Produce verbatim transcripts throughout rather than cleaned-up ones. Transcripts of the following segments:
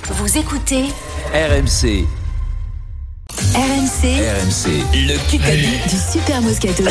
Vous écoutez R M C. R M C, R M C, le Kikadi du Super Moscato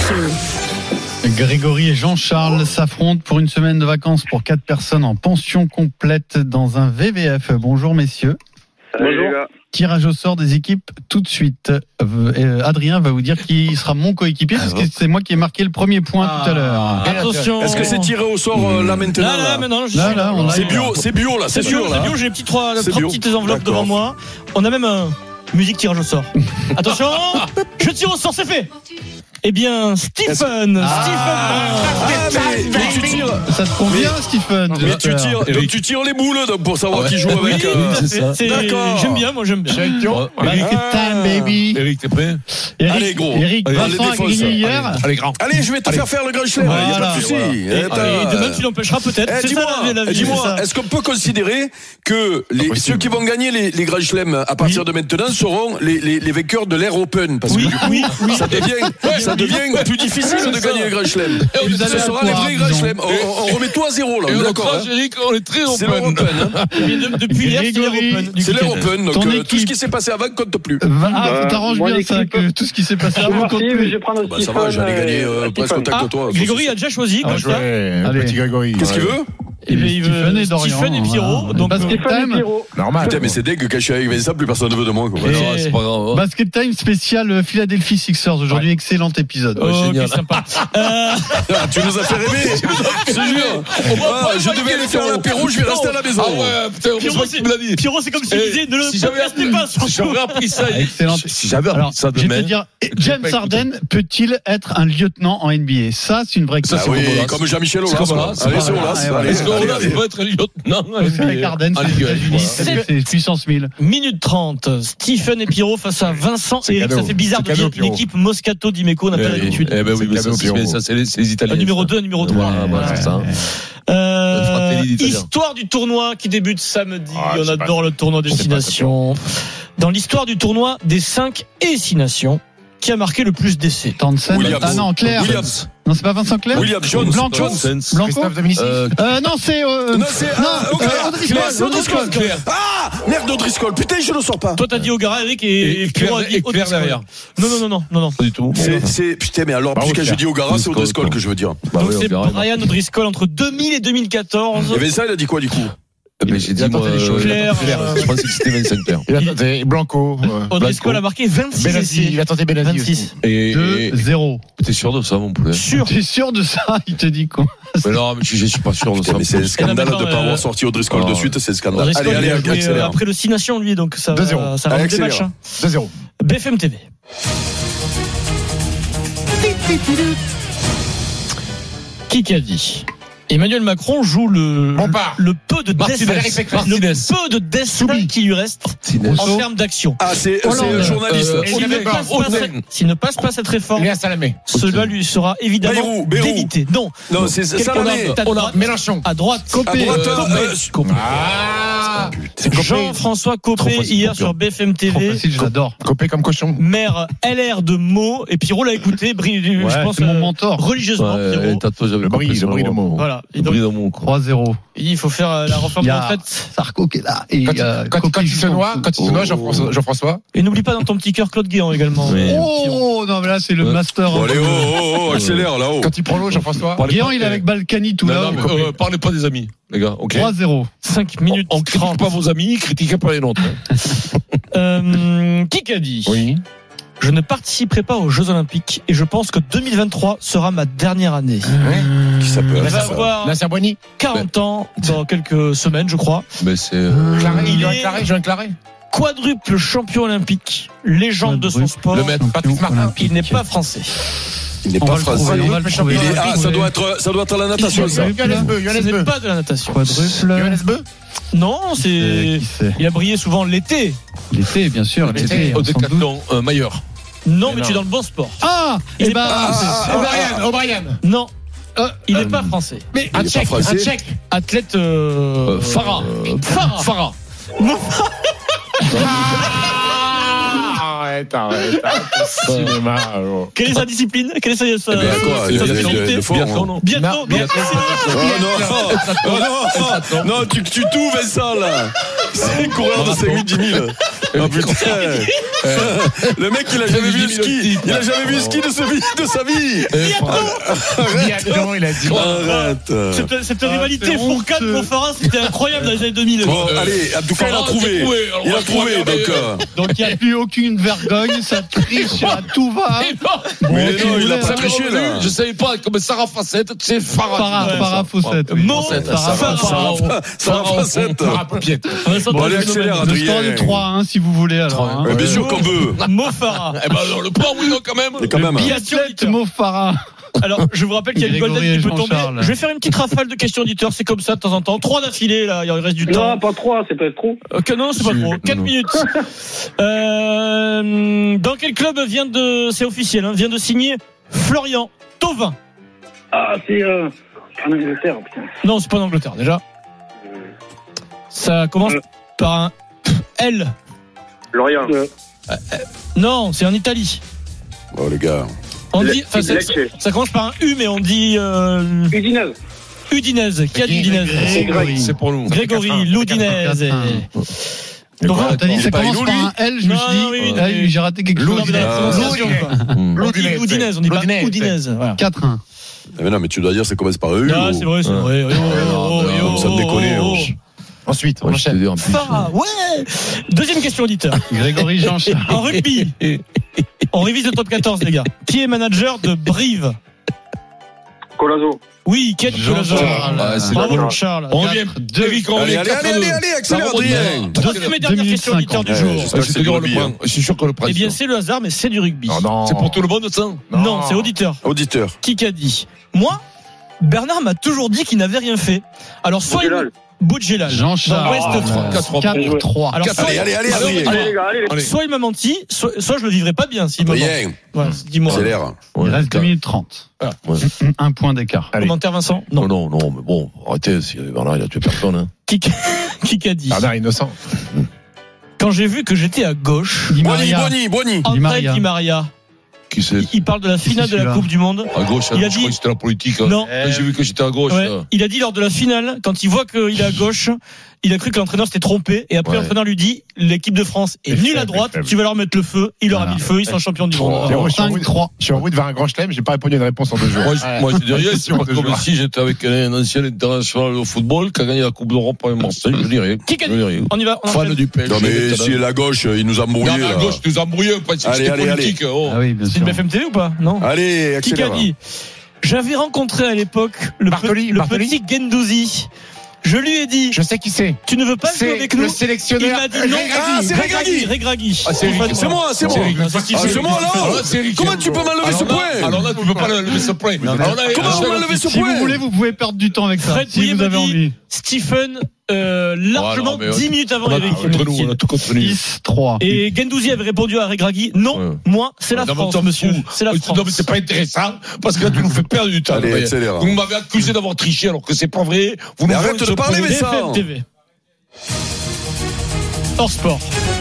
Show. Grégory et Jean-Charles s'affrontent pour une semaine de vacances pour quatre personnes en pension complète dans un V V F. Bonjour messieurs. Bonjour. Tirage au sort des équipes tout de suite. Euh, Adrien va vous dire qui sera mon coéquipier parce que c'est moi qui ai marqué le premier point ah, tout à l'heure. Attention. Est-ce que c'est tiré au sort euh, là maintenant Là, là, là maintenant. Je là, là, on c'est bio, c'est bio là. C'est, c'est bio, sûr, c'est bio. J'ai les petites trois, trois bio. petites enveloppes D'accord. devant moi. On a même un musique tirage au sort. Attention, je tire au sort, c'est fait. Eh bien, Stephen, ah, Stephen. Ah, mais, mais tu tires. Ça te convient, Stephen? Mais tu tires, donc tu tires les boules donc, pour savoir ah ouais. qui joue avec. Oui, euh, c'est ça. C'est, D'accord. J'aime bien, moi j'aime bien. Champion. Eric, time, baby. Eric, t'es prêt? Eric, allez, gros. Eric, allez, Vincent a gagné hier. Allez, allez, grand. Allez, je vais te allez. faire faire le grand chelem. Voilà. Il n'y a pas de souci. Et, et, et demain, tu l'empêcheras peut-être. Eh, c'est dis-moi, ça, la, la vie, dis-moi c'est ça. est-ce qu'on peut considérer que les, ceux qui vont gagner les, les grands chelems à partir oui. de maintenant seront les, les, les vainqueurs de l'Air Open? Parce oui, que du coup, oui, oui. ça devient, ça devient plus difficile de gagner les grands chelems. Ce sera les vrais grands chelems. On, on remet tout à zéro là. Et d'accord. Hein. Eric, on est très c'est open. Open hein. Depuis hier, c'est l'Air Open. C'est l'Air Open. Donc euh, tout ce qui s'est passé avant compte plus. Ah, t'arranges bien ça, que tout ce qui s'est passé avant compte plus. Je vais prendre bah, ça va, j'allais gagner euh, presque contact ah, de toi. Grégory a déjà choisi, comme ça. Allez, petit Grégory. Qu'est-ce qu'il veut? Et il Stephen et Dorian. Stephen et Pierrot. Donc, basket time. Normal. Putain, mais c'est dingue que quand je suis avec Vincent, plus personne ne veut de moi. Quoi. Et non, c'est pas grave. Basket time spécial Philadelphie Sixers. Aujourd'hui, ouais. Excellent épisode. Oh, ouais, génial. Sympa. euh... tu nous as fait rêver. Je te jure. Ah, je devais aller faire l'apéro, je vais rester à la maison. Ah ouais, putain, Pierrot, c'est, me Pierrot, c'est comme s'il disait, ne le si j'avais appris pas. Si j'avais appris ça. Excellent. Si j'avais appris ça demain. Je vais te dire, James Harden peut-il être un lieutenant en N B A? Ça, c'est une vraie question. Ah oui, comme Jean-Michel Aulas. Allez, c'est Aulas. Est-ce qu'Aulas peut être un lieutenant? Avec Harden, c'est puissance mille. Minute trente. Stephen et Pierrot face à Vincent et Eric. Ça fait bizarre de dire l'équipe Moscato d'Imeco, on n'a pas l'habitude. Eh ben oui, ça c'est les Italiens. Numéro deux, numéro trois. C'est ça. Euh, histoire du tournoi qui débute samedi. Ah, on adore pas, le tournoi Destination. Dans l'histoire du tournoi des cinq et six nations, qui a marqué le plus d'essais? Tansen. Ah non, Claire. Williams. Non, c'est pas Vincent Claire. William Jones. Blanco. Blanco. Euh, euh, non, c'est. Euh, non, c'est. Euh, O'Driscoll. Ah, merde, O'Driscoll. Putain, je le sors pas. Toi, t'as dit O'Gara, Eric, et, et Pierrot a dit Claire derrière. Non, non, non, non, non, non. Pas du tout. C'est, c'est putain, mais alors, puisque j'ai dit O'Gara, c'est O'Driscoll que je veux dire. Donc, c'est Brian O'Driscoll entre deux mille et deux mille quatorze. Et Vincent, il a dit quoi, du coup? Mais j'ai dit moi, Claire, euh, je pensais que c'était Vincent Claire. Il a tenté Blanco. O'Driscoll a marqué vingt-six essais. Il a tenté Benazzi vingt-six. Et deux zéro. T'es sûr de ça, mon poulet? Sûr. T'es sûr de ça? Il te dit quoi? Mais non, mais je suis pas sûr de ça. Mais c'est un scandale de ne pas avoir sorti O'Driscoll de suite, c'est un scandale. Allez, allez, accélère. Après le six nations, lui, donc ça va, ça ramène des matchs. deux zéro. B F M T V. Qui a dit? Emmanuel Macron joue le, le peu de destin, le peu de destin qui lui reste Martinez. En termes d'action. Ah, c'est, c'est un journaliste. Euh, s'il, ne passe pas, s'il ne passe pas cette réforme, cela lui sera évidemment Bayrou, Bayrou. d'éviter. Non, non, c'est ça. On a Mélenchon. À droite. Copé. À droite. Euh, Copé. Ah, Jean-François Copé hier sur B F M T V. J'adore. Copé comme cochon. Maire L R de Meaux. Et Pierrot l'a écouté. Ouais, je pense c'est mon mentor. Religieusement. Ouais, Pierrot. le bris, le bris de Meaux. Voilà. Le bris de Meaux. trois zéro. Il faut faire la réforme de retraite. Sarko qui est là. Et quand, euh, quand, quand il se noie, quand il se noie, Jean-François, Jean-François. Et n'oublie pas dans ton petit cœur Claude Guéant également. Oui. Oh non mais là c'est le ouais. master. Bon, allez, oh, oh, oh, accélère là-haut. Quand il prend l'eau, Jean-François. Guéant il est avec Balkany tout là. Euh, parlez pas des amis, les gars. Okay. trois zéro. cinq minutes. On, on critique pas vos amis, critiquez pas les nôtres. euh, qui a dit? Oui. Je ne participerai pas aux Jeux Olympiques et je pense que deux mille vingt-trois sera ma dernière année. Ouais. Qui ça peut Il va avoir quarante ans dans quelques semaines, je crois. Mais c'est. Euh... Claré, il est Claré, Jean Claré. Quadruple champion olympique, légende de son sport. Le maître Patrick Martin. Il n'est pas français. Il n'est pas français. Il est, ah, ça doit être, ça doit être la natation, ça. Ce n'est pas de la natation. Quadruple. Johannes Beu. Non, c'est. Il a brillé souvent l'été. L'été, bien sûr. L'été. Au décathlon, Mailleur. Non, mais, mais tu es dans le bon sport. Ah, il et est bah, pas français. O'Brien, O'Brien. Non, euh, il n'est euh, pas français. Mais un tchèque, un tchèque. Athlète euh, euh, Farah. Farah. Farah. arrête, arrête, arrête. Cinéma. alors. Quelle est sa discipline? Quelle est sa, sa, Eh ben, quoi, sa il y a- il y a- spécialité? il y a le fort, Biathlon, hein. non. Bientôt, Non, non, bientôt. Oh non, oh non, non, tu, tu tout, Vincent, là. C'est coureur de cinq mille, dix mille. Oh putain. Le mec, il a jamais vu le ski. Il a jamais vu le ski de sa vie. De sa vie. Biathlon, il a dit. Arrête. Cette, cette Ah, rivalité c'est Fourcade-Montferrand, c'était incroyable dans les années deux mille. Bon, allez, en tout cas, il a trouvé. Il a trouvé, donc. euh, Donc il n'y a plus aucune vergogne, ça triche à tout va. Et non, Bon, Mais ok, non, vous il a voulez, pas hein. triché, là. Je savais pas, comme Sarah Facette, tu sais, Farah. Farah, Ouais, Farah Fawcett. oui. Mo Farah Sarah, Pharaon. Sarah, Sarah Facette. Sarah Paupiette. Vincent, Bon, t'as allez, le accélère, phénomène. Le score Adrien. de trois à un si vous voulez alors. hein. Ouais, bien sûr qu'on veut. Mo Farah. Eh ben, alors, le point, oui, non, quand même. Et quand même. Biathlète Mo Farah. Alors, je vous rappelle qu'il y a une Grégory golden qui et peut tomber. Jean-Charles. Je vais faire une petite rafale de questions auditeurs. C'est comme ça de temps en temps. Trois d'affilée, là. Il reste du temps. Non, pas trois, c'est peut-être trop. Ok, non, c'est pas trop. Quatre minutes. Euh, dans quel club vient de, c'est officiel, hein, vient de signer Florian Thauvin? Ah, c'est euh, en Angleterre, putain. Non, c'est pas en Angleterre, déjà. Ça commence Euh. par un L. Lorient. Euh, Non, c'est en Italie. Oh, les gars. On Le- dit, enfin, ça, Lecce. ça commence par un U, mais on dit euh, Udinese. Udinese. Qui a dit Udinese? Grégory. C'est pour nous. Grégory, l'Udinese. quatre un. Donc t'as dit ça C'est pas commence Ilou, par lui un L, je me Non, suis non, oui, dit, oui, ah, oui. j'ai raté quelque chose. Non, mais la Ah. prononciation, quoi. On dit Udinese, on dit pas L'Udinese. Udinese. Voilà. quatre un. Mais non, mais tu dois dire, ça commence par E. Ah, c'est vrai, c'est vrai. Oh, oh, oh, oh, Ça me déconne. oh, oh. Ensuite, on Moi, je te enchaîne. dis en plus. Farah, ouais. Deuxième question auditeur. Grégory Jean-Charles. En rugby, on révise le top quatorze, les gars. Qui est manager de Brive? Colazo. Oui, qui a dit Colazo? Jean-Charles. Ah, c'est Bravo, bon. Jean-Charles. On revient. deux. Eric, on Allez, revient. allez, allez, allez, allez, accélère, Ça remonte. Adrien. Deuxième et dernière minutes question auditeur du Ouais, jour. j'espère que Je c'est te du dirai le rugby, point. hein. Je suis sûr que le prend. Eh bien, c'est le hasard, mais c'est du rugby. Non, non. C'est pour tout le monde, ça? Non, c'est auditeur. Auditeur. Qui qu'a dit? Moi, Bernard m'a toujours dit qu'il n'avait rien fait. Alors, soit Boudjelal. il... Boudjelal. Jean-Charles. Dans l'Ouest trois. quatre trois. Alors, soit, Allez, allez, allez, alors, Adrien. Allez, les gars, allez. Allez. soit il m'a menti, soit, soit je le vivrai pas bien s'il me ment. Adrien. Voilà, dis-moi. Accélère. Il reste deux minutes trente. Voilà. Ouais. Un point d'écart. Allez. Commentaire Vincent? Non. Non, non, non, mais bon, arrêtez, si Bernard, il a tué personne, hein. Qui, qui qu'a dit? Bernard innocent. Quand j'ai vu que j'étais à gauche, Di Boigny, Maria. Boigny, Boigny. André Maria. Di Maria, Qui c'est? il- il parle de la finale de la celui-là Coupe du Monde. À gauche, Il a je dit- crois que c'était la politique. hein. Non. Quand j'ai vu que j'étais à gauche. Ouais. là. Il a dit lors de la finale, quand il voit qu'il est à gauche, il a cru que l'entraîneur s'était trompé. Et après, Ouais. l'entraîneur lui dit, l'équipe de France est C'est nulle à faible, droite, faible. tu vas leur mettre le feu. Il leur a Voilà. mis le feu, ils sont champions du monde. Pierrot, je suis en cinq route- trois. Je suis en route vers un grand chelem, j'ai pas répondu à une réponse en deux jours. Moi, je, moi, je dis rien, c'est Sur pas deux comme jours. si j'étais avec un ancien international au football qui a gagné la Coupe d'Europe avec Marseille. Je dis rien. Qui qu'a Je dis rien. On y va, on Fan enchaîne. du P S G. Non, mais maintenant. si la gauche, il nous a Non, embrouillé, mais à là. gauche, tu nous as embrouillé, pas si Allez, c'était allez, politique. oh. Ah oui, bien C'est sûr. une B F M T V ou pas? Non? Allez, Qui qu'a accélère. dit? J'avais rencontré à l'époque le, Bartoli, pe- le Bartoli. petit Gendouzi. Je lui ai dit, Je sais qui c'est. tu ne veux pas jouer C'est avec le nous? Il sélectionneur. m'a dit non. Ah, c'est Regragui. Regragui. Ah, c'est Eric. C'est moi, c'est moi. Eric. Non, c'est Steve. Ah, c'est moi, là. Alors là, c'est Eric. Comment tu peux m'enlever Alors ce là- point? Alors là, tu peux pas lever ce point. Non, mais- Alors là, Comment alors vous là, m'enlevez ce Si point? vous voulez, vous pouvez perdre du temps avec ça. Fred Si Bouillet vous me avez dit envie. Stephen euh, largement Ouais, non, mais dix minutes avant on a- Eric. Entre nous, on a tout contenu. six trois. Et Gendouzi avait répondu à Regragui, non, Ouais. moi, c'est la Non, mais on France, s'en monsieur. fout. C'est la Non, France. mais c'est pas intéressant, parce que là, tu nous fais perdre du temps. Allez, Vous voyez. accélère. Vous m'avez accusé d'avoir triché, alors que c'est pas vrai. Vous Mais nous arrête volez de ce parler, point. mais ça- B F M T V. Hors sport.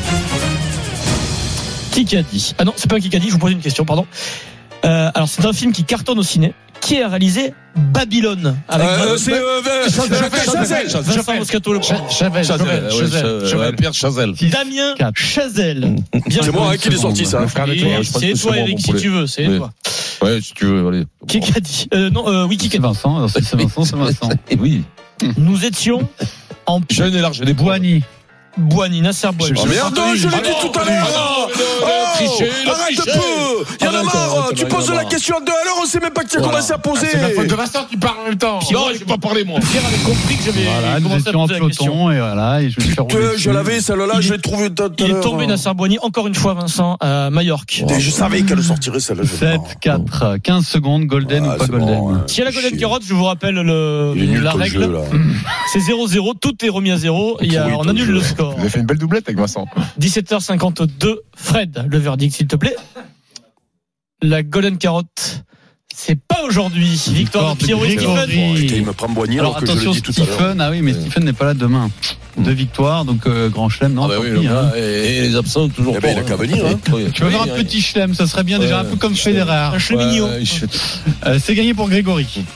Qui qui a dit? Ah non, c'est pas un qui qui a dit, je vous pose une question, pardon. Euh, alors, c'est un film qui cartonne au ciné. Qui a réalisé Babylone avec Euh, c'est euh, Jacques Chazelle. Vincent Moscato le premier. Chavel, Chazel, ouais, Chazel, Chazel, ouais, Pierre Chazel. Damien quatre. Chazelle. Bien C'est joué. moi hein, qui l'ai sorti, ça. Le frère de Et Clément. je pense c'est que toi, c'est moi, Eric, mon si poulet. tu veux, c'est Oui. toi. Ouais, si tu veux, allez. Qui qui a dit? Euh, non, euh, oui, qui qui C'est a dit? Vincent. Alors, si c'est Vincent, c'est Vincent. Oui. Nous étions en Jeune et large, des bois. Boigny. Boigny, Nasser Boigny. Oh merde, je l'ai dit tout à l'heure. Ah non, mais non, il a triché, il a Arrête triché. un peu. Il y en a Arrête, marre. arrête, Tu arrête, poses la arrête. question en deux à l'heure, on sait même pas que tu as Voilà. commencé à poser. C'est la faute de Vincent qui parle en même temps. Non, j'ai pas parlé, moi. Pierre avait compris que j'avais Voilà, nous commencé à étions en poser la question. peloton et voilà, et je vais le faire rouler Que dessus. je l'avais, celle-là, Il je est- l'ai trouvée tout à Il est l'heure. tombé Nasser Boigny, encore une fois, Vincent, à Majorque. Putain, Je savais qu'elle sortirait, celle-là. je- sept quatre. quinze secondes, golden Ah, ou pas c'est golden. bon, ouais. S'il y a la Golden Chier. Carotte, je vous rappelle le, Il est nul la ton règle. jeu, là. C'est zéro zéro, tout est remis à zéro. Il y a, Pourri on ton annule jeu. le score. Vous avez fait une belle doublette avec Vincent. dix-sept heures cinquante-deux, Fred, le verdict, s'il te plaît. La Golden Carotte, C'est pas aujourd'hui. Victoire de Pierrot et Grégory. Stephen. Putain, il me prend Boigny alors, Alors que je attention, le dis tout à l'heure. Stephen, ah oui, mais Stephen n'est pas là demain. Deux victoires, donc euh, grand chelem, non, Ah bah tant oui, pis, le hein. gars, et, et les absents toujours Eh ben, pas. il a qu'à venir, hein. Oui. Tu vas Oui, faire un oui. petit chelem, ça serait bien déjà, Ouais. un peu comme Federer. Un cheminot. Ouais, je- Euh, c'est gagné pour Grégory.